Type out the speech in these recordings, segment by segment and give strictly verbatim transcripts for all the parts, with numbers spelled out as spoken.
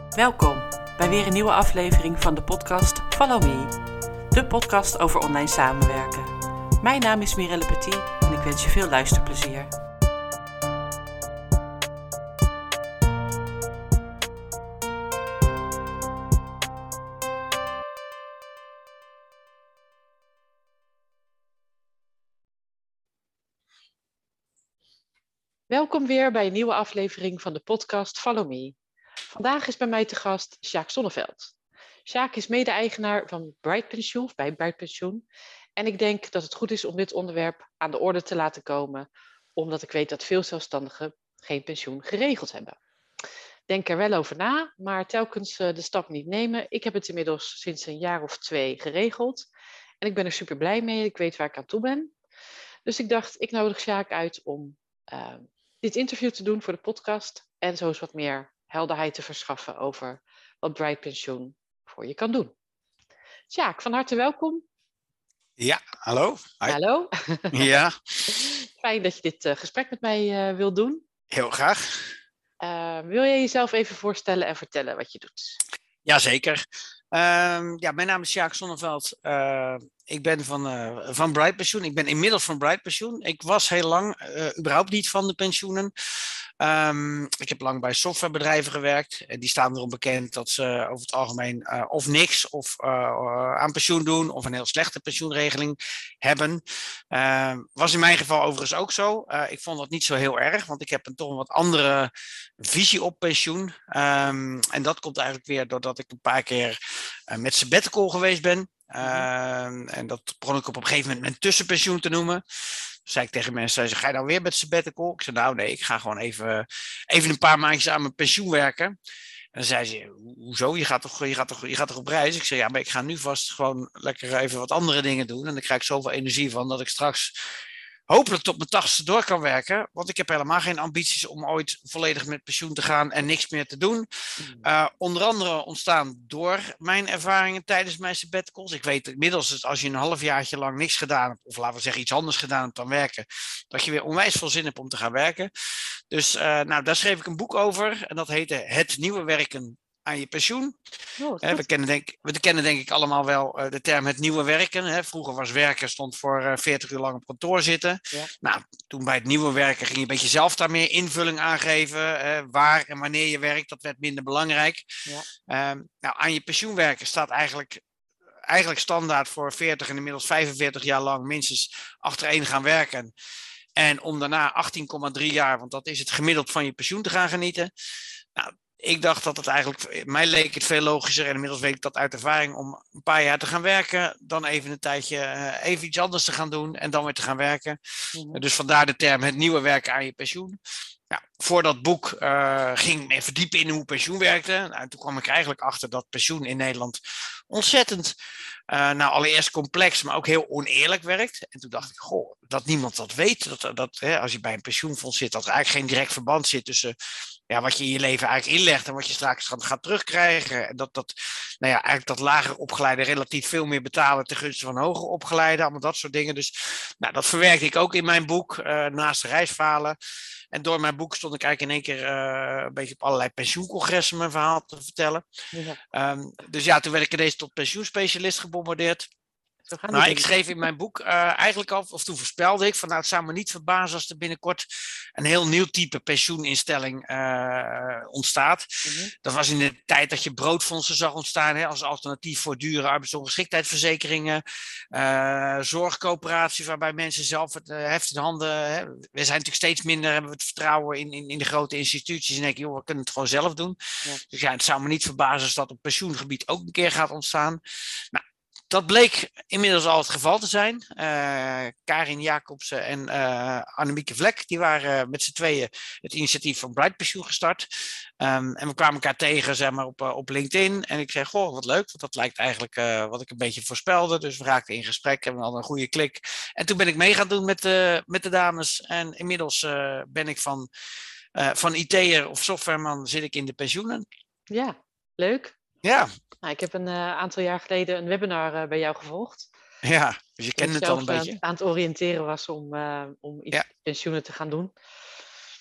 Welkom bij weer een nieuwe aflevering van de podcast Follow Me, de podcast over online samenwerken. Mijn naam is Mirelle Petit en ik wens je veel luisterplezier. Welkom weer bij een nieuwe aflevering van de podcast Follow Me. Vandaag is bij mij te gast Sjaak Zonneveld. Sjaak is mede-eigenaar van Bright Pensioen, of bij Bright Pensioen. En ik denk dat het goed is om dit onderwerp aan de orde te laten komen, omdat ik weet dat veel zelfstandigen geen pensioen geregeld hebben. Denk er wel over na, maar telkens de stap niet nemen. Ik heb het inmiddels sinds een jaar of twee geregeld. En ik ben er super blij mee. Ik weet waar ik aan toe ben. Dus ik dacht, ik nodig Sjaak uit om uh, dit interview te doen voor de podcast. En zo eens wat meer helderheid te verschaffen over wat Bright Pensioen voor je kan doen. Sjaak, van harte welkom. Ja, hallo. Hi. Hallo. Ja. Fijn dat je dit uh, gesprek met mij uh, wilt doen. Heel graag. Uh, wil jij jezelf even voorstellen en vertellen wat je doet? Jazeker. Uh, ja, mijn naam is Sjaak Zonneveld. Uh, ik ben van, uh, van Bright Pensioen. Ik ben inmiddels van Bright Pensioen. Ik was heel lang uh, überhaupt niet van de pensioenen. Um, ik heb lang bij softwarebedrijven gewerkt. En die staan erom bekend dat ze over het algemeen uh, of niks of uh, uh, aan pensioen doen of een heel slechte pensioenregeling hebben. Uh, was in mijn geval overigens ook zo. Uh, ik vond dat niet zo heel erg, want ik heb een toch een wat andere visie op pensioen. Um, en dat komt eigenlijk weer doordat ik een paar keer uh, met sabbatical geweest ben. Uh, en dat begon ik op een gegeven moment mijn tussenpensioen te noemen. Dus zei ik tegen mensen, zei, ga je nou weer met sabbatical? Ik zei, nou nee, ik ga gewoon even, even een paar maandjes aan mijn pensioen werken. En dan zei ze, hoezo? Je gaat, toch, je, gaat toch, je gaat toch op reis? Ik zei, ja, maar ik ga nu vast gewoon lekker even wat andere dingen doen. En dan krijg ik zoveel energie van dat ik straks hopelijk tot mijn tachtigste door kan werken. Want ik heb helemaal geen ambities om ooit volledig met pensioen te gaan en niks meer te doen. Uh, onder andere ontstaan door mijn ervaringen tijdens mijn sabbaticals. Ik weet inmiddels dat als je een halfjaartje lang niks gedaan hebt, of laten we zeggen iets anders gedaan hebt dan werken, dat je weer onwijs veel zin hebt om te gaan werken. Dus uh, nou, daar schreef ik een boek over. En dat heette Het Nieuwe Werken aan je pensioen. Oh, He, we, kennen denk, we kennen denk ik allemaal wel uh, de term het nieuwe werken. He, vroeger was werken, stond voor uh, veertig uur lang op kantoor zitten. Ja. Nou, toen bij het nieuwe werken ging je een beetje zelf daar meer invulling aan geven. Uh, waar en wanneer je werkt, dat werd minder belangrijk. Ja. Uh, nou, aan je pensioen werken staat eigenlijk, eigenlijk standaard voor veertig en inmiddels vijfenveertig jaar lang minstens achtereen gaan werken. En om daarna achttien komma drie jaar, want dat is het gemiddeld van je pensioen te gaan genieten. Nou, ik dacht dat het eigenlijk, mij leek het veel logischer en inmiddels weet ik dat uit ervaring om een paar jaar te gaan werken, dan even een tijdje uh, even iets anders te gaan doen en dan weer te gaan werken. Mm-hmm. Dus vandaar de term het nieuwe werken aan je pensioen. Ja, voor dat boek uh, ging ik me verdiepen in hoe pensioen werkte. Nou, toen kwam ik eigenlijk achter dat pensioen in Nederland ontzettend, uh, nou allereerst complex, maar ook heel oneerlijk werkt. En toen dacht ik, goh, dat niemand dat weet. Dat, dat, hè, als je bij een pensioenfonds zit, dat er eigenlijk geen direct verband zit tussen ja, wat je in je leven eigenlijk inlegt en wat je straks gaat, gaat terugkrijgen. En dat, dat, nou ja, eigenlijk dat lager opgeleiden relatief veel meer betalen ten gunste van hoger opgeleiden. Allemaal dat soort dingen. Dus nou, dat verwerkte ik ook in mijn boek, uh, naast de reisverhalen. En door mijn boek stond ik eigenlijk in één keer uh, een beetje op allerlei pensioencongressen mijn verhaal te vertellen. Ja. Um, dus ja, toen werd ik ineens tot pensioenspecialist gebombardeerd. Nou, ik schreef in mijn boek uh, eigenlijk al, of toen voorspelde ik, van nou, het zou me niet verbazen als er binnenkort een heel nieuw type pensioeninstelling uh, ontstaat. Mm-hmm. Dat was in de tijd dat je broodfondsen zag ontstaan, hè, als alternatief voor dure arbeidsongeschiktheidsverzekeringen, uh, zorgcoöperaties waarbij mensen zelf het uh, heft in handen, hè. We zijn natuurlijk steeds minder, hebben we het vertrouwen in, in, in de grote instituties en denken, joh, we kunnen het gewoon zelf doen. Ja. Dus ja, het zou me niet verbazen als dat op pensioengebied ook een keer gaat ontstaan. Nou, dat bleek inmiddels al het geval te zijn. Uh, Karin Jacobsen en uh, Annemieke Vlek, die waren uh, met z'n tweeën het initiatief van Bright Pensioen gestart. Um, en we kwamen elkaar tegen, zeg maar, op, uh, op LinkedIn. En ik zei, goh, wat leuk, want dat lijkt eigenlijk uh, wat ik een beetje voorspelde. Dus we raakten in gesprek en we hadden een goede klik. En toen ben ik mee gaan doen met, uh, met de dames. En inmiddels uh, ben ik van, uh, van I T'er of softwareman zit ik in de pensioenen. Ja, leuk. Ja. Nou, ik heb een uh, aantal jaar geleden een webinar uh, bij jou gevolgd. Ja, dus je kent het al een aan, beetje. aan het oriënteren was om, uh, om iets ja. pensioenen te gaan doen.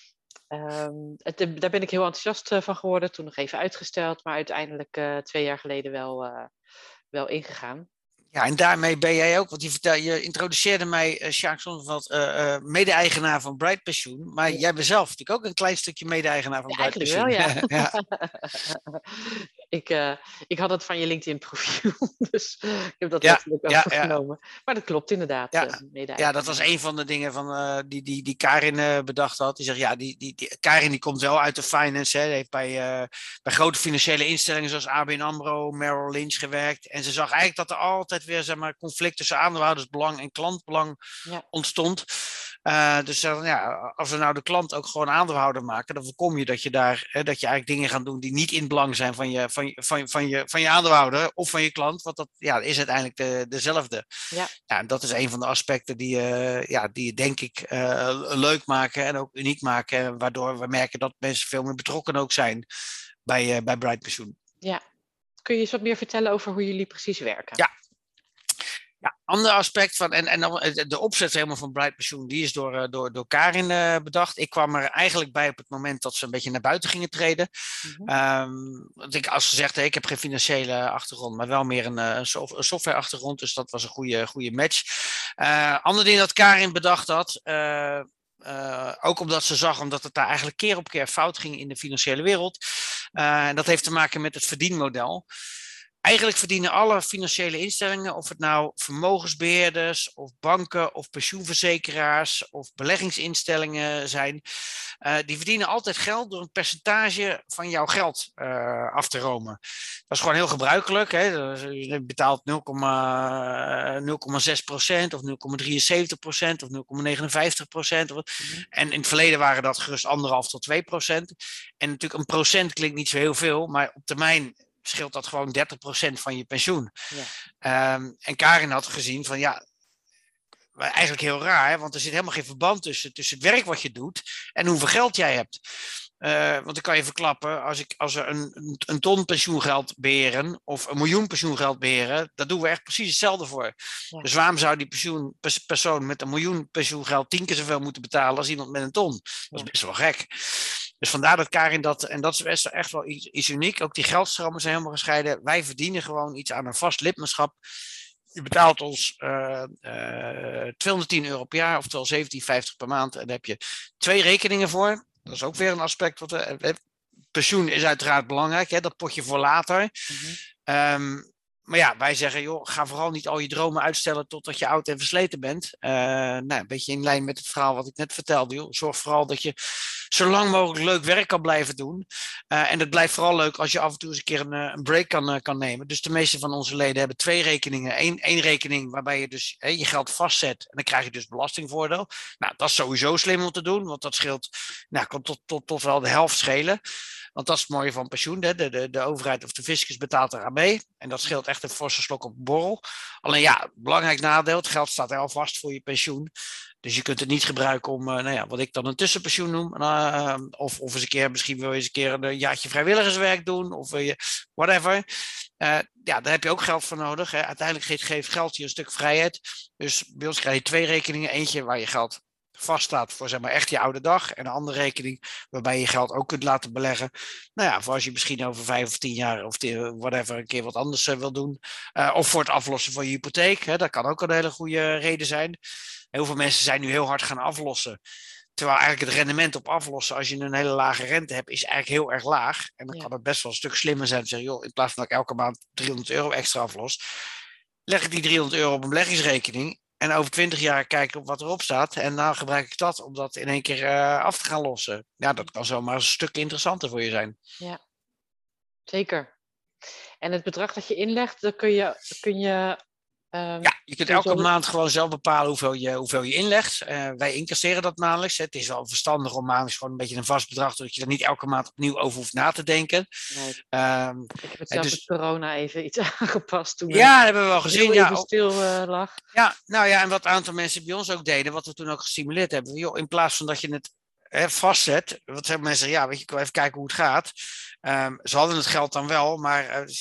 Um, het, daar ben ik heel enthousiast uh, van geworden. Toen nog even uitgesteld, maar uiteindelijk uh, twee jaar geleden wel, uh, wel ingegaan. Ja, en daarmee ben jij ook, want je, vertel, je introduceerde mij, uh, Sjaak Zonneveld, uh, uh, mede-eigenaar van Bright Pensioen. Maar ja. jij bent zelf natuurlijk ook een klein stukje mede-eigenaar van ja, Bright Pensioen. Eigenlijk wel, ja. ja. ik, uh, ik had het van je LinkedIn-profiel, dus ik heb dat ja, natuurlijk ook ja, overgenomen. Ja. Maar dat klopt inderdaad. Ja, uh, ja, dat was een van de dingen van, uh, die, die, die Karin uh, bedacht had. Die zegt, ja, die, die, die, Karin die komt wel uit de finance. Hè. Die heeft bij, uh, bij grote financiële instellingen zoals A B N AMRO, Merrill Lynch gewerkt. En ze zag eigenlijk dat er altijd weer, zeg maar, conflict tussen aandeelhoudersbelang en klantbelang ja. ontstond. Uh, dus uh, ja, als we nou de klant ook gewoon aandeelhouder maken, dan voorkom je dat je daar, hè, dat je eigenlijk dingen gaat doen die niet in het belang zijn van je, van, van, van je, van je aandeelhouder of van je klant. Want dat ja, is uiteindelijk de, dezelfde. Ja. Ja, en dat is een van de aspecten die, uh, ja, die denk ik uh, leuk maken en ook uniek maken. Waardoor we merken dat mensen veel meer betrokken ook zijn bij, uh, bij Bright Pensioen. Ja. Kun je eens wat meer vertellen over hoe jullie precies werken? Ja. Ja, ander aspect van, en, en de opzet helemaal van Bright Pensioen, die is door, door, door Karin uh, bedacht. Ik kwam er eigenlijk bij op het moment dat ze een beetje naar buiten gingen treden. Mm-hmm. Um, want ik, als gezegd, ik heb geen financiële achtergrond, maar wel meer een, een, soft, een software achtergrond. Dus dat was een goede, goede match. Uh, ander ding dat Karin bedacht had, uh, uh, ook omdat ze zag, omdat het daar eigenlijk keer op keer fout ging in de financiële wereld. Uh, en dat heeft te maken met het verdienmodel. Eigenlijk verdienen alle financiële instellingen, of het nou vermogensbeheerders of banken of pensioenverzekeraars of beleggingsinstellingen zijn, uh, die verdienen altijd geld door een percentage van jouw geld uh, af te romen. Dat is gewoon heel gebruikelijk. Hè? Je betaalt nul komma zes procent of nul komma drieënzeventig procent of nul komma negenenvijftig procent. Mm-hmm. En in het verleden waren dat gerust anderhalf tot twee procent. En natuurlijk een procent klinkt niet zo heel veel, maar op termijn scheelt dat gewoon dertig procent van je pensioen. Ja. Um, en Karin had gezien van ja, eigenlijk heel raar, want er zit helemaal geen verband tussen, tussen het werk wat je doet en hoeveel geld jij hebt. Uh, want dan kan je verklappen, als, ik, als we een, een ton pensioengeld beheren of een miljoen pensioengeld beheren, daar doen we echt precies hetzelfde voor. Ja. Dus waarom zou die pensioenpersoon met een miljoen pensioengeld tien keer zoveel moeten betalen als iemand met een ton? Dat is ja. best wel gek. Dus vandaar dat Karin dat, en dat is echt wel iets, iets uniek, ook die geldstromen zijn helemaal gescheiden. Wij verdienen gewoon iets aan een vast lidmaatschap. Je betaalt ons uh, uh, tweehonderdtien euro per jaar, oftewel zeventien vijftig per maand. En daar heb je twee rekeningen voor. Dat is ook weer een aspect. Wat we, pensioen is uiteraard belangrijk, hè, dat potje voor later. Mm-hmm. Um, maar ja, wij zeggen, joh, ga vooral niet al je dromen uitstellen totdat je oud en versleten bent. Uh, nou, een beetje in lijn met het verhaal wat ik net vertelde. Joh. Zorg vooral dat je zo lang mogelijk leuk werk kan blijven doen. Uh, en het blijft vooral leuk als je af en toe eens een keer een, een break kan, uh, kan nemen. Dus de meeste van onze leden hebben twee rekeningen. Eén, één rekening waarbij je dus hey, je geld vastzet. En dan krijg je dus belastingvoordeel. Nou, dat is sowieso slim om te doen. Want dat scheelt, nou, kan tot, tot, tot wel de helft schelen. Want dat is het mooie van pensioen. Hè? De, de, de overheid of de fiscus betaalt eraan mee. En dat scheelt echt een forse slok op borrel. Alleen ja, belangrijk nadeel. Het geld staat er al vast voor je pensioen. Dus je kunt het niet gebruiken om, uh, nou ja, wat ik dan een tussenpensioen noem. Uh, of, of eens een keer, misschien wil je eens een keer een jaartje vrijwilligerswerk doen. Of uh, whatever. Uh, ja, daar heb je ook geld voor nodig. Hè. Uiteindelijk geeft geld je een stuk vrijheid. Dus bij ons krijg je twee rekeningen. Eentje waar je geld vaststaat voor zeg maar echt je oude dag. En een andere rekening waarbij je geld ook kunt laten beleggen. Nou ja, voor als je misschien over vijf of tien jaar of tien, whatever een keer wat anders uh, wil doen. Uh, of voor het aflossen van je hypotheek. Hè, dat kan ook een hele goede reden zijn. Heel veel mensen zijn nu heel hard gaan aflossen. Terwijl eigenlijk het rendement op aflossen, als je een hele lage rente hebt, is eigenlijk heel erg laag. En dan ja. kan het best wel een stuk slimmer zijn te zeggen, joh, in plaats van dat ik elke maand driehonderd euro extra aflos, leg ik die driehonderd euro op een beleggingsrekening. En over twintig jaar kijken wat erop staat. En dan gebruik ik dat om dat in één keer uh, af te gaan lossen. Ja, dat kan zomaar een stuk interessanter voor je zijn. Ja, zeker. En het bedrag dat je inlegt, dan kun je... Kun je um, ja, je kunt elke zo... maand gewoon zelf bepalen hoeveel je, hoeveel je inlegt. Uh, wij incasseren dat maandelijks. Het is wel verstandig om maandelijks gewoon een beetje een vast bedrag, zodat je er niet elke maand opnieuw over hoeft na te denken. Nee. Um, ik heb het zelf dus... met corona even iets aangepast toen. Ja, dat hebben we wel gezien. Ja, even stil uh, lag. Ja, nou ja, en wat een aantal mensen bij ons ook deden, wat we toen ook gestimuleerd hebben. Joh, in plaats van dat je het hè, vastzet, wat hebben mensen, ja, weet je, ik wil even kijken hoe het gaat. Um, ze hadden het geld dan wel, maar uh, ze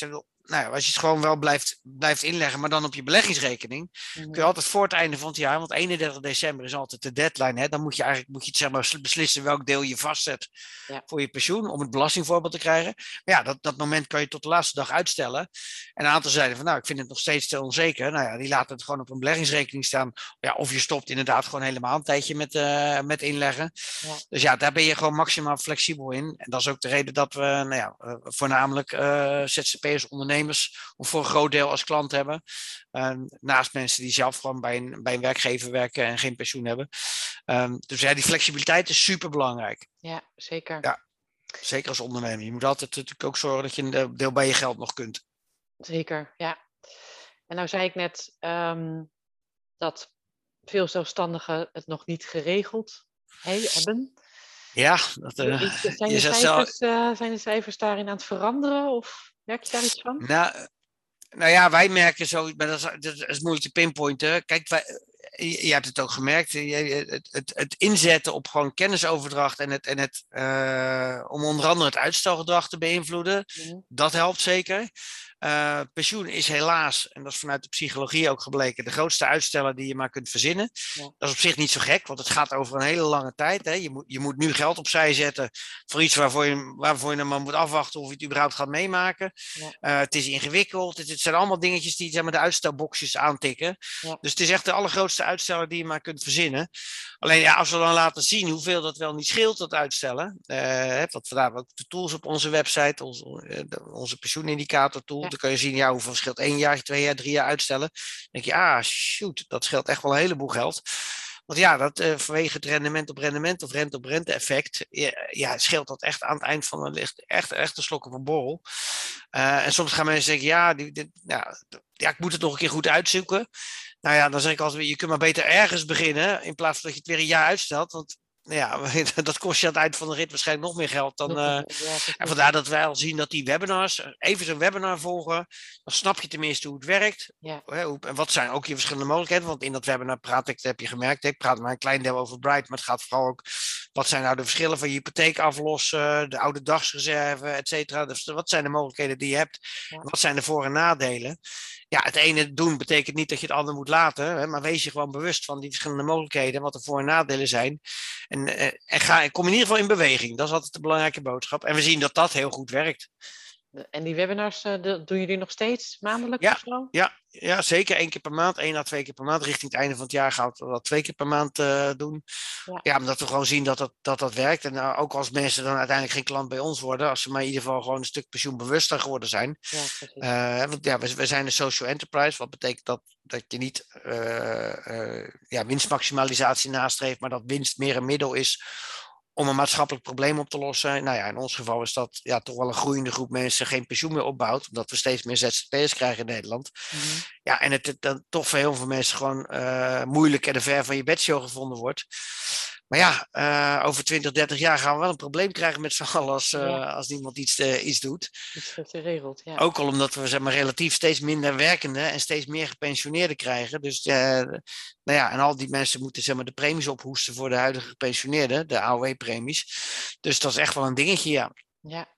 nou ja, als je het gewoon wel blijft, blijft inleggen, maar dan op je beleggingsrekening, Mm-hmm. kun je altijd voor het einde van het jaar, want eenendertig december is altijd de deadline, hè, dan moet je eigenlijk moet je het, zeg maar, beslissen welk deel je vastzet Ja. voor je pensioen, om het belastingvoorbeeld te krijgen. Maar ja, dat, dat moment kan je tot de laatste dag uitstellen. En een aantal zeiden van, nou, ik vind het nog steeds te onzeker. Nou ja, die laten het gewoon op een beleggingsrekening staan. Ja, of je stopt inderdaad gewoon helemaal een tijdje met, uh, met inleggen. Ja. Dus ja, daar ben je gewoon maximaal flexibel in. En dat is ook de reden dat we, nou ja, uh, voornamelijk uh, Z Z P'ers, ondernemers, of voor een groot deel als klant hebben. Uh, naast mensen die zelf gewoon bij een, bij een werkgever werken en geen pensioen hebben. Um, dus ja, die flexibiliteit is super belangrijk. Ja, zeker. Ja, zeker als ondernemer. Je moet altijd natuurlijk ook zorgen dat je een deel bij je geld nog kunt. Zeker, ja. En nou zei ik net um, dat veel zelfstandigen het nog niet geregeld he, hebben. Ja, dat, uh, zijn, de cijfers, zelf... uh, zijn de cijfers daarin aan het veranderen? Of merk je daar iets van? Nou, nou ja, wij merken zo, maar dat is, dat is moeilijk te pinpointen. Kijk, wij, je, je hebt het ook gemerkt, je, het, het, het inzetten op gewoon kennisoverdracht en het, en het uh, om onder andere het uitstelgedrag te beïnvloeden, mm-hmm. dat helpt zeker. Uh, pensioen is helaas, en dat is vanuit de psychologie ook gebleken, de grootste uitsteller die je maar kunt verzinnen. Ja. Dat is op zich niet zo gek, want het gaat over een hele lange tijd. Hè. Je, moet, je moet nu geld opzij zetten voor iets waarvoor je, waarvoor je dan maar moet afwachten of je het überhaupt gaat meemaken. Ja. Uh, het is ingewikkeld, het, het zijn allemaal dingetjes die, zeg maar, de uitstelboxjes aantikken. Ja. Dus het is echt de allergrootste uitsteller die je maar kunt verzinnen. Alleen ja, als we dan laten zien hoeveel dat wel niet scheelt, dat uitstellen. Uh, want vandaar ook de tools op onze website, onze, uh, onze pensioenindicator tool. Ja. Dan kun je zien, ja, hoeveel scheelt één jaar, twee jaar, drie jaar uitstellen. Dan denk je, ah, shoot, dat scheelt echt wel een heleboel geld. Want ja, dat, uh, vanwege het rendement op rendement of rente op rente effect, ja, ja, scheelt dat echt aan het eind van een licht echt, echt een slok op een borrel. Uh, en soms gaan mensen zeggen, ja, die, dit, ja, ja, ik moet het nog een keer goed uitzoeken. Nou ja, dan zeg ik altijd, je kunt maar beter ergens beginnen, in plaats van dat je het weer een jaar uitstelt. Want ja, dat kost je aan het eind van de rit waarschijnlijk nog meer geld dan. Uh, ja, en vandaar dat wij al zien dat die webinars, even zo'n webinar volgen, dan snap je tenminste hoe het werkt. Ja. En wat zijn ook je verschillende mogelijkheden? Want in dat webinar praat ik, dat heb je gemerkt, ik praat maar een klein deel over Bright, maar het gaat vooral ook, wat zijn nou de verschillen van je hypotheek aflossen, de oude dagsreserve, et cetera. Dus wat zijn de mogelijkheden die je hebt? Ja. Wat zijn de voor- en nadelen? Ja, het ene doen betekent niet dat je het andere moet laten, hè, maar wees je gewoon bewust van die verschillende mogelijkheden, wat de voor- en nadelen zijn. En, en ga, kom in ieder geval in beweging. Dat is altijd de belangrijke boodschap. En we zien dat dat heel goed werkt. En die webinars, uh, de, doen jullie nog steeds maandelijks ja, of zo? Ja, ja, zeker één keer per maand. één à twee keer per maand. Richting het einde van het jaar gaan we dat twee keer per maand uh, doen. Ja. ja, omdat we gewoon zien dat dat, dat, dat werkt. En uh, ook als mensen dan uiteindelijk geen klant bij ons worden, als ze maar in ieder geval gewoon een stuk pensioenbewuster geworden zijn. Ja, uh, want ja, we, we zijn een social enterprise. Wat betekent dat? Dat je niet uh, uh, ja, winstmaximalisatie nastreeft, maar dat winst meer een middel is om een maatschappelijk probleem op te lossen. Nou ja, in ons geval is dat ja, toch wel een groeiende groep mensen geen pensioen meer opbouwt, omdat we steeds meer Z Z P'ers krijgen in Nederland. Mm-hmm. Ja, en het, het dan toch voor heel veel mensen gewoon uh, moeilijk en ver van je bedshow gevonden wordt. Maar ja, uh, over twintig, dertig jaar gaan we wel een probleem krijgen met z'n allen als, uh, ja. als niemand iets, uh, iets doet. Iets wordt geregeld, ja. Ook al omdat we, zeg maar, relatief steeds minder werkenden en steeds meer gepensioneerden krijgen. Dus uh, nou ja, en al die mensen moeten, zeg maar, de premies ophoesten voor de huidige gepensioneerden, de A O W-premies. Dus dat is echt wel een dingetje, ja. Ja,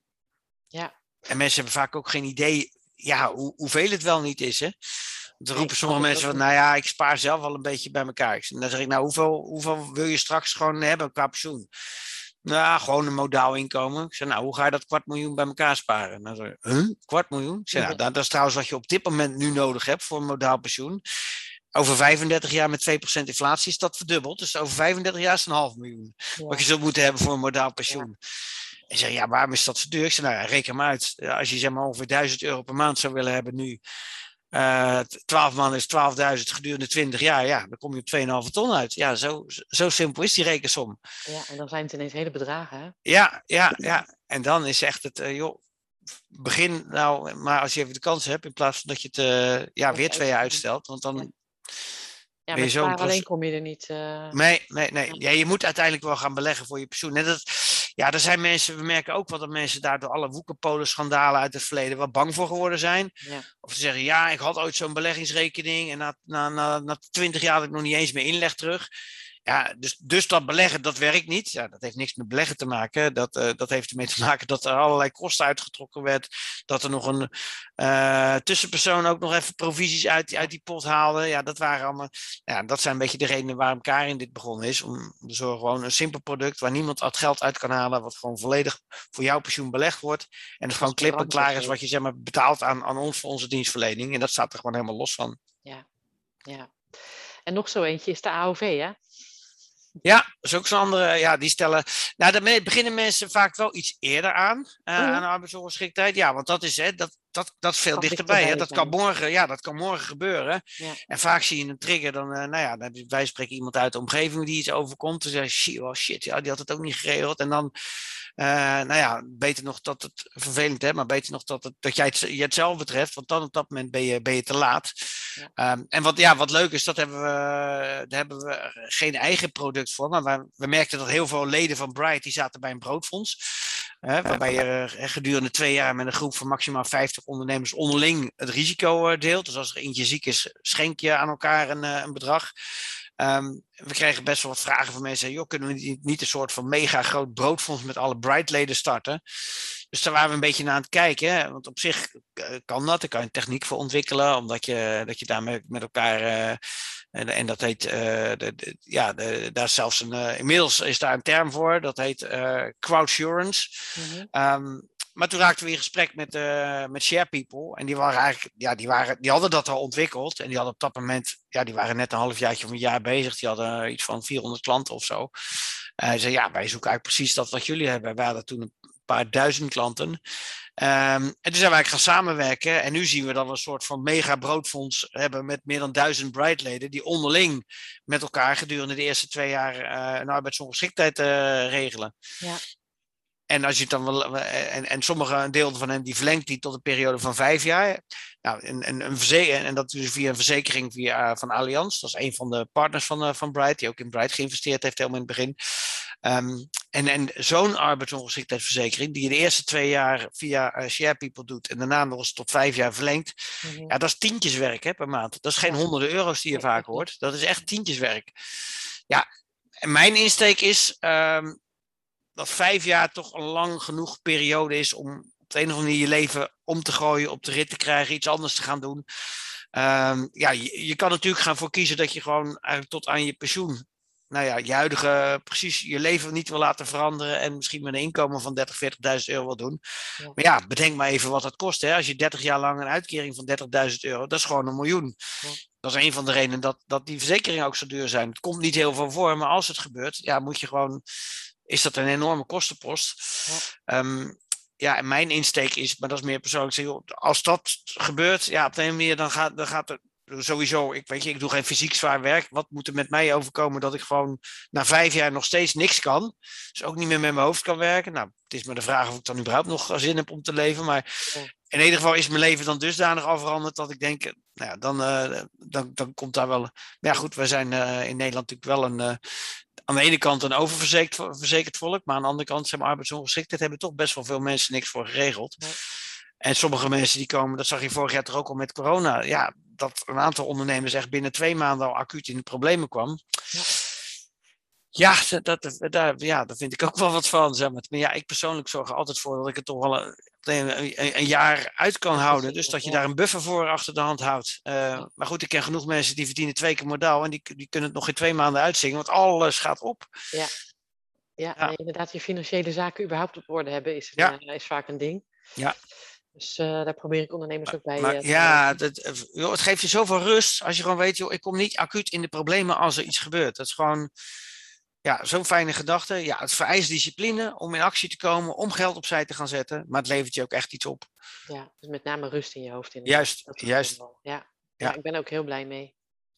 ja. En mensen hebben vaak ook geen idee, ja, hoe, hoeveel het wel niet is, hè. Dan roepen sommige mensen van, nou ja, ik spaar zelf wel een beetje bij elkaar. En dan zeg ik, nou, hoeveel, hoeveel wil je straks gewoon hebben qua pensioen? Nou, gewoon een modaal inkomen. Ik zeg, nou, hoe ga je dat kwart miljoen bij elkaar sparen? En dan zeg ik, huh? Kwart miljoen? Ik zeg, nou, dat, dat is trouwens wat je op dit moment nu nodig hebt voor een modaal pensioen. Over vijfendertig jaar met twee procent inflatie is dat verdubbeld. Dus over vijfendertig jaar is het een half miljoen. Ja. Wat je zou moeten hebben voor een modaal pensioen. Ja. En zeg, ja, waarom is dat zo duur? Ik zeg, nou ja, reken maar uit. Als je, zeg maar, ongeveer duizend euro per maand zou willen hebben nu. Uh, twaalf man is twaalfduizend gedurende twintig jaar. Ja, dan kom je op twee komma vijf ton uit. Ja, zo, zo simpel is die rekensom. Ja, en dan zijn het ineens hele bedragen, hè? Ja, ja, ja. En dan is echt het, uh, joh, begin nou, maar als je even de kans hebt, in plaats van dat je het uh, ja, weer twee jaar uitstelt. Want dan... Ja. Ja, met spaar alleen kom je er niet... Uh... Nee, nee, nee. Ja, je moet uiteindelijk wel gaan beleggen voor je pensioen. En dat, ja, er zijn mensen, we merken ook wel dat mensen daar door alle woekerpolen-schandalen uit het verleden wel bang voor geworden zijn. Ja. Of ze zeggen, ja, ik had ooit zo'n beleggingsrekening en na, na, na, na twintig jaar had ik nog niet eens meer inleg terug. Ja, dus, dus dat beleggen, dat werkt niet. Ja, dat heeft niks met beleggen te maken. Dat, uh, dat heeft ermee te maken dat er allerlei kosten uitgetrokken werd. Dat er nog een uh, tussenpersoon ook nog even provisies uit, uit die pot haalde. Ja, dat waren allemaal. Ja, dat zijn een beetje de redenen waarom Karin dit begonnen is. Om te zorgen gewoon een simpel product waar niemand het geld uit kan halen. Wat gewoon volledig voor jouw pensioen belegd wordt. En het gewoon klip en klaar is wat je zeg maar betaalt aan, aan ons voor onze dienstverlening. En dat staat er gewoon helemaal los van. Ja, ja. En nog zo eentje is de A O V, hè? Ja, dat is ook zo'n andere. Ja, die stellen. Nou, daar beginnen mensen vaak wel iets eerder aan. Uh, oh. Aan arbeidsongeschiktheid. Ja, want dat is, hè, dat, dat, dat is veel kan dichterbij. dichterbij hè. Dat kan morgen, ja, dat kan morgen gebeuren. Ja. En vaak zie je een trigger. Dan, uh, nou ja, dan wij spreken iemand uit de omgeving die iets overkomt. Dan zeg je, shit, oh shit, ja, die had het ook niet geregeld. En dan, uh, nou ja, beter nog dat het vervelend, hè, maar beter nog dat, het, dat jij het, je het zelf betreft. Want dan op dat moment ben je, ben je te laat. Ja. Um, en wat, ja, wat leuk is, dat hebben we, daar hebben we geen eigen product voor. Maar we, we merkten dat heel veel leden van Bright, die zaten bij een broodfonds. Hè, waarbij je uh, gedurende twee jaar met een groep van maximaal vijftig ondernemers onderling het risico uh, deelt. Dus als er eentje ziek is, schenk je aan elkaar een, uh, een bedrag. Um, we kregen best wel wat vragen van mensen. Joh, kunnen we niet, niet een soort van mega groot broodfonds met alle Bright-leden starten? Dus daar waren we een beetje naar aan het kijken. Hè? Want op zich uh, kan dat. Daar kan je een techniek voor ontwikkelen. Omdat je, dat je daarmee met elkaar... Uh, en, en dat heet... Uh, de, de, ja, de, daar is zelfs een... Uh, inmiddels is daar een term voor. Dat heet uh, crowdsurance. Mm-hmm. Um, maar toen raakten we in gesprek met, uh, met SharePeople. En die waren eigenlijk, ja, die, waren, die hadden dat al ontwikkeld. En die hadden op dat moment, ja, die waren net een halfjaartje of een jaar bezig. Die hadden uh, iets van vierhonderd klanten of zo. Hij uh, zei, ja, wij zoeken eigenlijk precies dat wat jullie hebben. Wij hadden toen een paar duizend klanten. Um, en toen zijn we eigenlijk gaan samenwerken. En nu zien we dat we een soort van mega broodfonds hebben met meer dan duizend Bright-leden. Die onderling met elkaar gedurende de eerste twee jaar uh, een arbeidsongeschiktheid uh, regelen. Ja. En als je het dan wel, en, en sommige een deel van hen die verlengt die tot een periode van vijf jaar. Nou, en, en, een verze- en dat is via een verzekering via, van Allianz. Dat is een van de partners van, uh, van Bright, die ook in Bright geïnvesteerd heeft helemaal in het begin. Um, en, en zo'n arbeidsongeschiktheidsverzekering, die je de eerste twee jaar via uh, SharePeople doet en daarna nog eens tot vijf jaar verlengt. Mm-hmm. Ja, dat is tientjeswerk hè, per maand. Dat is geen honderden euro's die je vaak hoort. Dat is echt tientjeswerk. Ja, en mijn insteek is... Um, dat vijf jaar toch een lang genoeg periode is om op de een of andere manier je leven om te gooien, op de rit te krijgen, iets anders te gaan doen. Um, ja, je, je kan natuurlijk gaan voor kiezen dat je gewoon eigenlijk tot aan je pensioen, nou ja, je huidige, precies je leven niet wil laten veranderen en misschien met een inkomen van dertig, veertigduizend euro wil doen. Ja. Maar ja, bedenk maar even wat dat kost. Hè? Als je dertig jaar lang een uitkering van dertigduizend euro, dat is gewoon een miljoen. Ja. Dat is een van de redenen dat, dat die verzekeringen ook zo duur zijn. Het komt niet heel veel voor, maar als het gebeurt, ja, moet je gewoon... is dat een enorme kostenpost. Ja. Um, ja, en mijn insteek is, maar dat is meer persoonlijk, zeg, joh, als dat gebeurt, ja, op de een manier, dan gaat, dan gaat er sowieso, ik weet je, ik doe geen fysiek zwaar werk. Wat moet er met mij overkomen dat ik gewoon na vijf jaar nog steeds niks kan? Dus ook niet meer met mijn hoofd kan werken. Nou, het is maar de vraag of ik dan überhaupt nog zin heb om te leven. Maar ja. In ieder geval is mijn leven dan dusdanig al veranderd dat ik denk, nou ja, dan, uh, dan, dan komt daar wel... Maar ja, goed, we zijn uh, in Nederland natuurlijk wel een... Uh, aan de ene kant een oververzekerd verzekerd volk, maar aan de andere kant zijn arbeidsongeschiktheid hebben toch best wel veel mensen niks voor geregeld. Ja. En sommige mensen die komen, dat zag je vorig jaar toch ook al met corona, ja, dat een aantal ondernemers echt binnen twee maanden al acuut in de problemen kwam. Ja, ja, dat, dat, daar, ja daar vind ik ook wel wat van. Zeg maar. Maar ja, ik persoonlijk zorg er altijd voor dat ik het toch wel een, een, een jaar uit kan houden. Dus dat je daar een buffer voor achter de hand houdt. Uh, maar goed, ik ken genoeg mensen die verdienen twee keer modaal en die, die kunnen het nog in twee maanden uitzingen, want alles gaat op. Ja, ja, ja. Nee, inderdaad, je financiële zaken überhaupt op orde hebben is, ja. uh, is vaak een ding. Ja. Dus uh, daar probeer ik ondernemers ook bij. Maar, uh, ja, dat, joh, het geeft je zoveel rust als je gewoon weet, joh, ik kom niet acuut in de problemen als er iets gebeurt. Dat is gewoon, ja, zo'n fijne gedachte. Ja, het vereist discipline om in actie te komen, om geld opzij te gaan zetten, maar het levert je ook echt iets op. Ja, dus met name rust in je hoofd. In juist, juist. Ja. Ja. Ja, ik ben ook heel blij mee.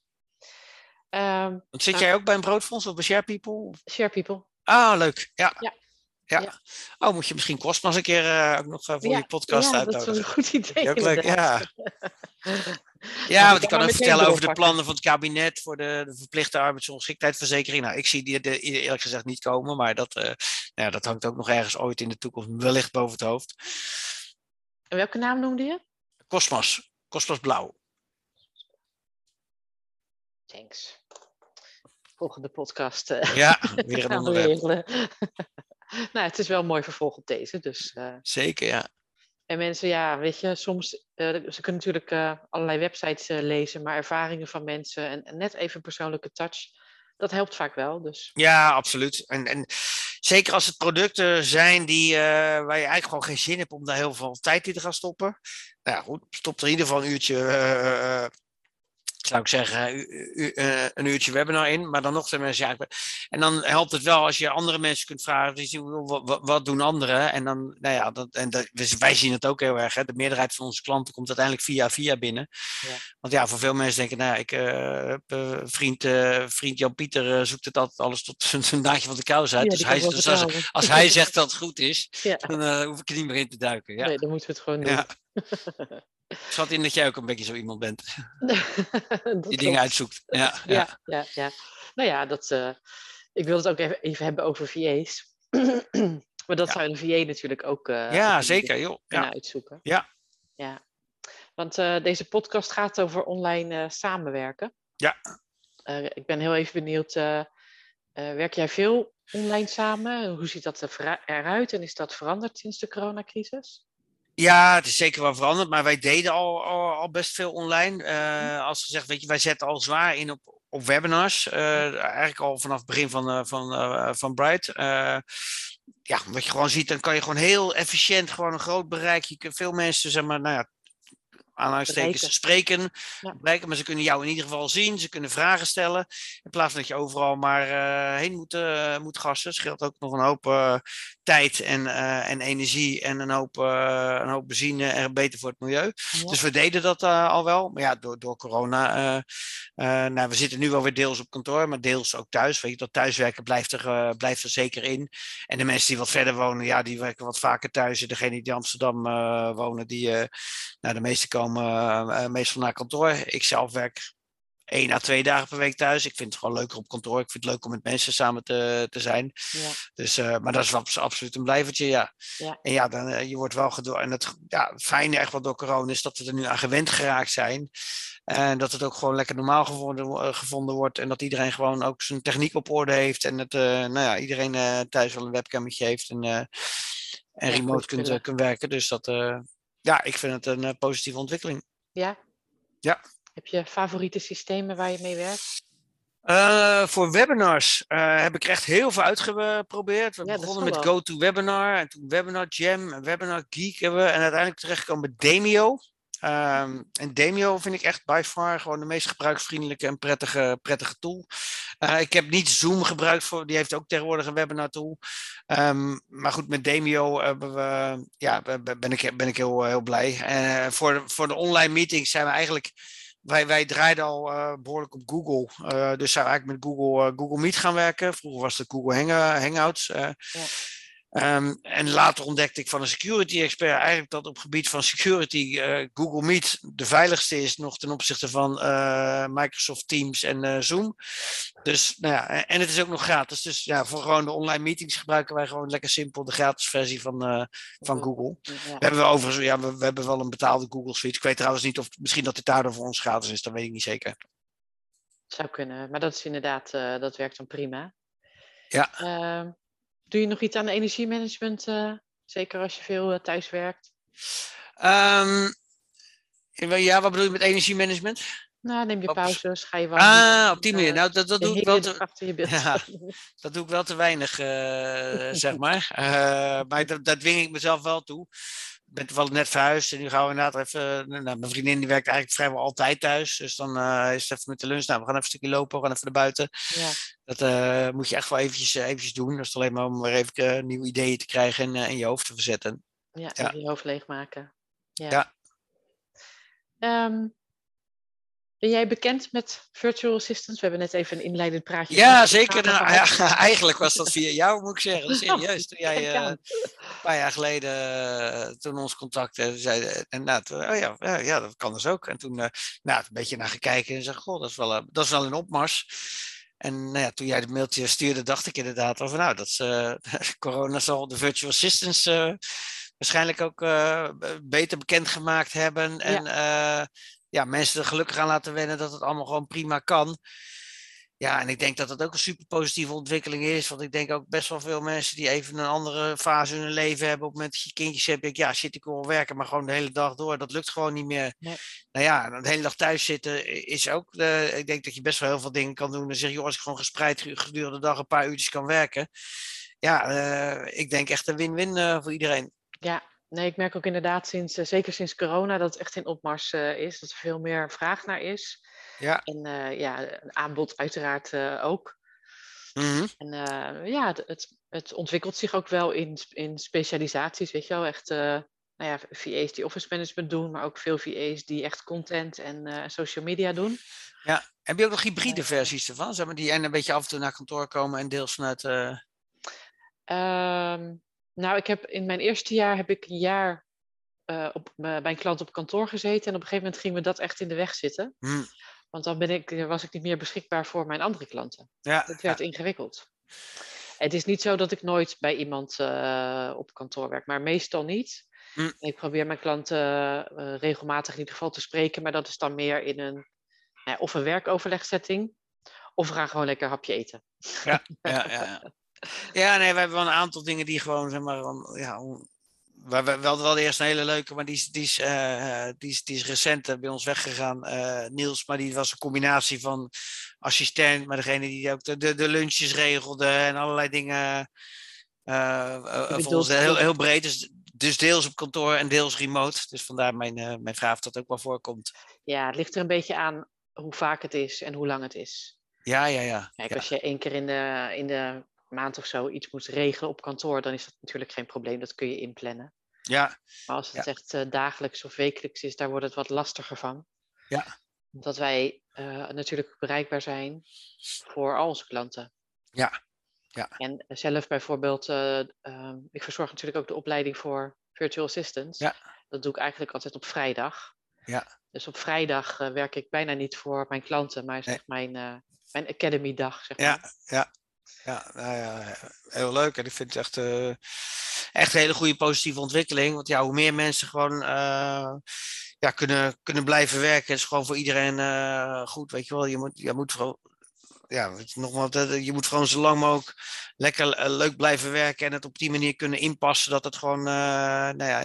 Um, Want zit nou, jij ook bij een broodfonds of bij SharePeople? SharePeople. Ah, leuk. Ja. Ja. Ja. ja. Oh, moet je misschien Cosmas een keer uh, ook nog uh, voor ja. je podcast ja, uitnodigen. Dat is een goed idee. Ook leuk, ja. Ja, want ik kan ook vertellen over de plannen van het kabinet voor de, de verplichte arbeidsongeschiktheidsverzekering. Nou, ik zie die er eerlijk gezegd niet komen, maar dat, uh, ja, dat hangt ook nog ergens ooit in de toekomst wellicht boven het hoofd. En welke naam noemde je? Cosmas. Cosmas Blauw. Thanks. volgende podcast uh, Ja, weer een gaan onderwerp. regelen. Nou, het is wel mooi vervolg op deze. Dus, uh, Zeker, ja. En mensen, ja, weet je, soms, uh, ze kunnen natuurlijk uh, allerlei websites uh, lezen, maar ervaringen van mensen en, en net even een persoonlijke touch, dat helpt vaak wel. Dus. Ja, absoluut. En, en zeker als het producten zijn die, uh, waar je eigenlijk gewoon geen zin hebt om daar heel veel tijd in te gaan stoppen. Nou ja, goed, stop er in ieder geval een uurtje, uh, zou ik zeggen, u, u, uh, een uurtje webinar in. Maar dan nog zijn mensen, ja, en dan helpt het wel als je andere mensen kunt vragen, dus, wat, wat, wat doen anderen? En dan, nou ja, dat, en dat, wij zien het ook heel erg. Hè? De meerderheid van onze klanten komt uiteindelijk via via binnen. Ja. Want ja, voor veel mensen denken, nou ja, ik, uh, uh, vriend, uh, vriend Jan Pieter uh, zoekt het altijd alles tot zijn naadje van de kous uit. Ja, dus hij, dus als, als hij zegt dat het goed is, ja. dan uh, hoef ik er niet meer in te duiken. Ja. Nee, dan moeten we het gewoon doen. Ja. Ik schat in dat jij ook een beetje zo iemand bent. Die dingen uitzoekt. Ja, ja. Ja, ja, ja. Nou ja, dat, uh, ik wil het ook even, even hebben over V A's. Maar dat ja. zou een V A natuurlijk ook uh, ja, zeker, joh. kunnen Ja. uitzoeken. Ja. Ja. Want uh, deze podcast gaat over online uh, samenwerken. Ja. Uh, ik ben heel even benieuwd, uh, uh, werk jij veel online samen? Hoe ziet dat eruit en is dat veranderd sinds de coronacrisis? Ja, het is zeker wel veranderd, maar wij deden al, al, al best veel online. Uh, als gezegd, weet je, wij zetten al zwaar in op, op webinars. Uh, eigenlijk al vanaf het begin van, uh, van, uh, van Bright. Uh, ja, wat je gewoon ziet, dan kan je gewoon heel efficiënt gewoon een groot bereik. Je kunt veel mensen, zeg maar, nou ja, aanhalingstekens spreken, ja. Bereiken, maar ze kunnen jou in ieder geval zien, ze kunnen vragen stellen, in plaats van dat je overal maar uh, heen moet, uh, moet gassen. Scheelt ook nog een hoop uh, tijd en, uh, en energie en een hoop, uh, een hoop benzine en beter voor het milieu. Ja. Dus we deden dat uh, al wel, maar ja, door, door corona, uh, uh, nou, we zitten nu wel weer deels op kantoor, maar deels ook thuis. Weet je, dat thuiswerken blijft er, uh, blijft er zeker in. En de mensen die wat verder wonen, ja, die werken wat vaker thuis. En degenen die in Amsterdam uh, wonen, die, uh, nou, de meeste komen Uh, meestal naar kantoor. Ik zelf werk één à twee dagen per week thuis. Ik vind het gewoon leuker op kantoor. Ik vind het leuk om met mensen samen te, te zijn. Ja. Dus, uh, maar dat is wel absoluut een blijvertje, ja. ja. En ja, dan, uh, je wordt wel gedoe. En het, ja, het fijne echt wel door corona is dat we er nu aan gewend geraakt zijn. En dat het ook gewoon lekker normaal gevonden, uh, gevonden wordt. En dat iedereen gewoon ook zijn techniek op orde heeft. En dat uh, nou ja, iedereen uh, thuis wel een webcammetje heeft. En, uh, en ja, remote kunt, uh, kunt werken. Dus dat... Uh, Ja, ik vind het een uh, positieve ontwikkeling. Ja? Ja. Heb je favoriete systemen waar je mee werkt? Uh, voor webinars uh, heb ik echt heel veel uitgeprobeerd. We ja, begonnen met GoToWebinar en toen Webinar Jam en Webinar Geek hebben we. En uiteindelijk terechtgekomen met Demio. Um, en Demio vind ik echt by far gewoon de meest gebruiksvriendelijke en prettige, prettige tool. Uh, ik heb niet Zoom gebruikt, voor, die heeft ook tegenwoordig een webinar tool. Um, maar goed, met Demio hebben we, ja, ben ik, ben ik heel, heel blij. Uh, voor, de, voor de online meetings zijn we eigenlijk... Wij, wij draaiden al uh, behoorlijk op Google. Uh, dus zijn we eigenlijk met Google, uh, Google Meet gaan werken. Vroeger was het Google Hang, Hangouts. Uh, ja. Um, en later ontdekte ik van een security expert eigenlijk dat op gebied van security uh, Google Meet de veiligste is nog ten opzichte van uh, Microsoft Teams en uh, Zoom. Dus, nou ja, en het is ook nog gratis. Dus ja, voor gewoon de online meetings gebruiken wij gewoon lekker simpel de gratis versie van, uh, van Google. Ja. We hebben we overigens, ja, we, we hebben wel een betaalde Google Suite. Ik weet trouwens niet of misschien dat het daardoor voor ons gratis is. Dat weet ik niet zeker. Zou kunnen, maar dat is inderdaad, uh, dat werkt dan prima. Ja. Uh, Doe je nog iets aan energiemanagement, uh, zeker als je veel uh, thuis werkt? Um, ja, wat bedoel je met energiemanagement? Nou, neem je pauzes, ga je wandelen. Ah, op die manier. Uh, nou, dat, dat doe ik wel te... Ja, dat doe ik wel te weinig, uh, zeg maar. Uh, maar dat, dat dwing ik mezelf wel toe. Ik ben toevallig net verhuisd en nu gaan we inderdaad even... Nou, mijn vriendin die werkt eigenlijk vrijwel altijd thuis. Dus dan uh, is het even met de lunch. Nou, we gaan even een stukje lopen, we gaan even naar buiten. Ja. Dat uh, moet je echt wel eventjes, uh, eventjes doen. Dat is alleen maar om weer even uh, nieuwe ideeën te krijgen en uh, in je hoofd te verzetten. Ja, ja. Even je hoofd leegmaken. Ja. ja. Um, ben jij bekend met virtual assistants? We hebben net even een inleidend praatje. Ja, zeker. Nou, ja, eigenlijk was dat via jou, moet ik zeggen. Serieus. Toen jij uh, een paar jaar geleden, uh, toen ons contacten, zei en nou, toen, oh ja, ja, ja, dat kan dus ook. En toen uh, nou, een beetje naar gekeken en zei, goh, dat is wel, uh, dat is wel een opmars. En nou ja, toen jij het mailtje stuurde, dacht ik inderdaad over, nou, dat is, uh, corona zal de virtual assistants uh, waarschijnlijk ook uh, beter bekendgemaakt hebben. En ja. Uh, ja, mensen er gelukkig aan laten wennen dat het allemaal gewoon prima kan. Ja, en ik denk dat dat ook een super positieve ontwikkeling is. Want ik denk ook best wel veel mensen die even een andere fase in hun leven hebben. Op het moment dat je kindjes hebt, denk ik, ja, shit, ik wil wel werken, maar gewoon de hele dag door. Dat lukt gewoon niet meer. Nee. Nou ja, de hele dag thuis zitten is ook, uh, ik denk dat je best wel heel veel dingen kan doen. Dan zeg je, joh, als ik gewoon gespreid gedurende de dag een paar uurtjes kan werken. Ja, uh, ik denk echt een win-win uh, voor iedereen. Ja, nee, ik merk ook inderdaad sinds, uh, zeker sinds corona, dat het echt in opmars uh, is. Dat er veel meer vraag naar is. Ja. En uh, ja, een aanbod uiteraard uh, ook. Mm-hmm. En uh, ja, het, het, het ontwikkelt zich ook wel in, in specialisaties, weet je wel. Echt, uh, nou ja, V A's die office management doen, maar ook veel V A's die echt content en uh, social media doen. Ja, heb je ook nog hybride versies ervan? Zeg maar, die en een beetje af en toe naar kantoor komen en deels vanuit... Uh... Um, nou, ik heb in mijn eerste jaar heb ik een jaar uh, op, uh, bij een klant op kantoor gezeten. En op een gegeven moment ging me dat echt in de weg zitten. Hmm. Want dan ben ik, was ik niet meer beschikbaar voor mijn andere klanten. Ja, het werd ja. ingewikkeld. Het is niet zo dat ik nooit bij iemand uh, op kantoor werk, maar meestal niet. Hmm. Ik probeer mijn klanten uh, regelmatig in ieder geval te spreken, maar dat is dan meer in een, nou ja, of een werkoverlegsetting, of we gaan gewoon lekker een hapje eten. Ja, ja, ja. ja. Ja, nee, we hebben wel een aantal dingen die gewoon, zeg maar, ja, we, we, we hadden wel eerst een hele leuke, maar die is, die is, uh, die is, die is recent uh, bij ons weggegaan, uh, Niels, maar die was een combinatie van assistent, maar degene die ook de, de, de lunches regelde en allerlei dingen, uh, uh, voor ons heel, heel breed, dus, dus deels op kantoor en deels remote, dus vandaar mijn, uh, mijn vraag of dat ook wel voorkomt. Ja, het ligt er een beetje aan hoe vaak het is en hoe lang het is. Ja, ja, ja. Kijk, ja. als je één keer in de, in de maand of zo iets moet regelen op kantoor, dan is dat natuurlijk geen probleem. Dat kun je inplannen. Ja. Maar als het ja. echt uh, dagelijks of wekelijks is, daar wordt het wat lastiger van. Ja. Omdat wij uh, natuurlijk bereikbaar zijn voor al onze klanten. Ja. ja. En zelf bijvoorbeeld, uh, uh, ik verzorg natuurlijk ook de opleiding voor virtual assistants. Ja. Dat doe ik eigenlijk altijd op vrijdag. Ja. Dus op vrijdag uh, werk ik bijna niet voor mijn klanten, maar is echt nee. mijn, uh, mijn academy dag, zeg maar. Ja, ja. Ja, nou ja, heel leuk. En ik vind het echt, uh, echt een hele goede positieve ontwikkeling. Want ja, hoe meer mensen gewoon uh, ja, kunnen, kunnen blijven werken, is gewoon voor iedereen uh, goed. Weet je wel, je moet, je moet vooral, ja, nogmaals, je moet gewoon zo lang mogelijk lekker uh, leuk blijven werken en het op die manier kunnen inpassen dat het gewoon, uh, nou ja,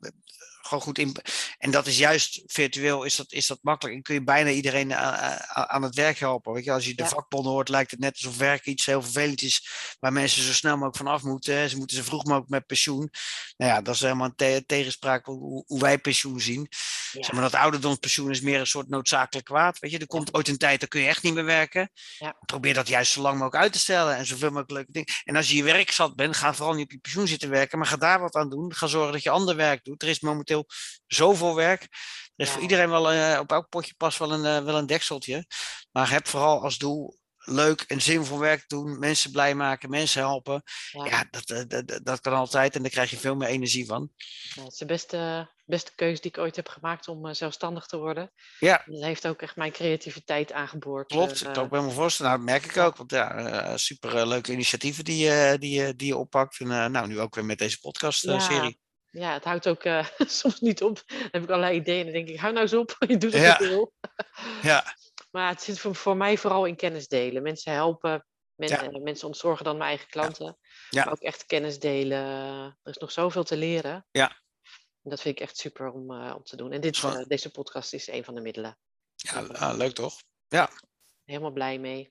gewoon goed in. En dat is juist virtueel, is dat, is dat makkelijk. En kun je bijna iedereen aan, aan het werk helpen. Weet je, als je de ja. vakbonden hoort, lijkt het net alsof werk iets heel vervelend is, waar mensen zo snel mogelijk vanaf moeten. Ze moeten zo vroeg mogelijk met pensioen. Nou ja, dat is helemaal een te- tegenspraak hoe, hoe wij pensioen zien. Ja. Zeg maar, dat ouderdomspensioen is meer een soort noodzakelijk kwaad. Weet je, er komt ja. ooit een tijd, dan kun je echt niet meer werken. Ja. Probeer dat juist zo lang mogelijk uit te stellen en zoveel mogelijk leuke dingen. En als je je werk zat bent, ga vooral niet op je pensioen zitten werken, maar ga daar wat aan doen. Ga zorgen dat je ander werk doet. Er is momenteel zoveel werk. Er is ja. voor iedereen wel, uh, op elk potje past wel een, uh, wel een dekseltje. Maar heb vooral als doel leuk en zinvol werk doen. Mensen blij maken, mensen helpen. Ja, ja dat, dat, dat, dat kan altijd en daar krijg je veel meer energie van. Ja, het is de beste, beste keuze die ik ooit heb gemaakt om uh, zelfstandig te worden. Ja. Dat heeft ook echt mijn creativiteit aangeboord. Klopt, uh, ik kan ook bij me voorstellen. Nou, dat merk ik ja. ook. Want ja, uh, super uh, leuke initiatieven die, uh, die, uh, die je oppakt. En uh, nou, nu ook weer met deze podcast-serie. Uh, ja. Ja, het houdt ook uh, soms niet op. Dan heb ik allerlei ideeën en dan denk ik, hou nou eens op, je doet het ja. te veel. ja. Maar het zit voor, voor mij vooral in kennis delen. Mensen helpen, men, ja. uh, mensen ontzorgen dan mijn eigen klanten. Ja. Ja. Maar ook echt kennis delen. Er is nog zoveel te leren. Ja. En dat vind ik echt super om, uh, om te doen. En dit, uh, deze podcast is een van de middelen. Ja, uh, leuk toch? Ja. Helemaal blij mee.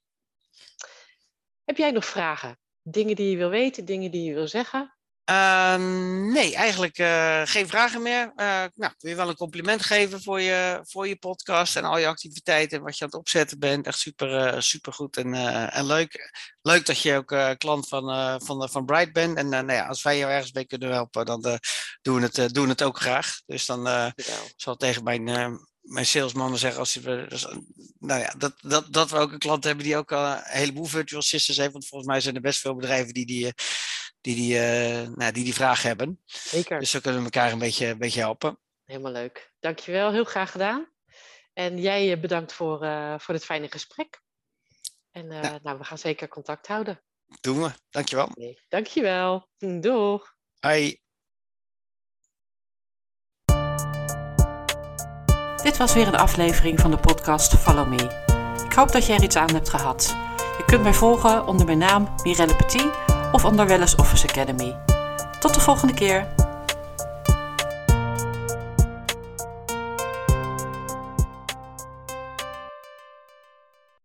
Heb jij nog vragen? Dingen die je wil weten, dingen die je wil zeggen? Uh, nee, eigenlijk uh, geen vragen meer. Uh, nou, wil je wel een compliment geven voor je, voor je podcast en al je activiteiten, wat je aan het opzetten bent. Echt super, uh, super goed en, uh, en leuk. Leuk dat je ook uh, klant van, uh, van, van Bright bent. En uh, nou ja, als wij jou ergens mee kunnen helpen, dan uh, doen, we het, uh, doen we het ook graag. Dus dan uh, zal ik tegen mijn... Uh, mijn salesmannen zeggen, als we, dus, nou ja, dat, dat, dat we ook een klant hebben die ook al een heleboel virtual assistants heeft. Want volgens mij zijn er best veel bedrijven die die, die, die, uh, nou, die, die vraag hebben. Zeker. Dus zo kunnen we elkaar een beetje, een beetje helpen. Helemaal leuk. Dankjewel, heel graag gedaan. En jij bedankt voor, uh, voor dit fijne gesprek. En uh, ja. nou, we gaan zeker contact houden. Doen we, dankjewel. Nee, dankjewel. Doeg. Hoi. Dit was weer een aflevering van de podcast Follow Me. Ik hoop dat je er iets aan hebt gehad. Je kunt mij volgen onder mijn naam Mirelle Petit of onder Wellness Office Academy. Tot de volgende keer!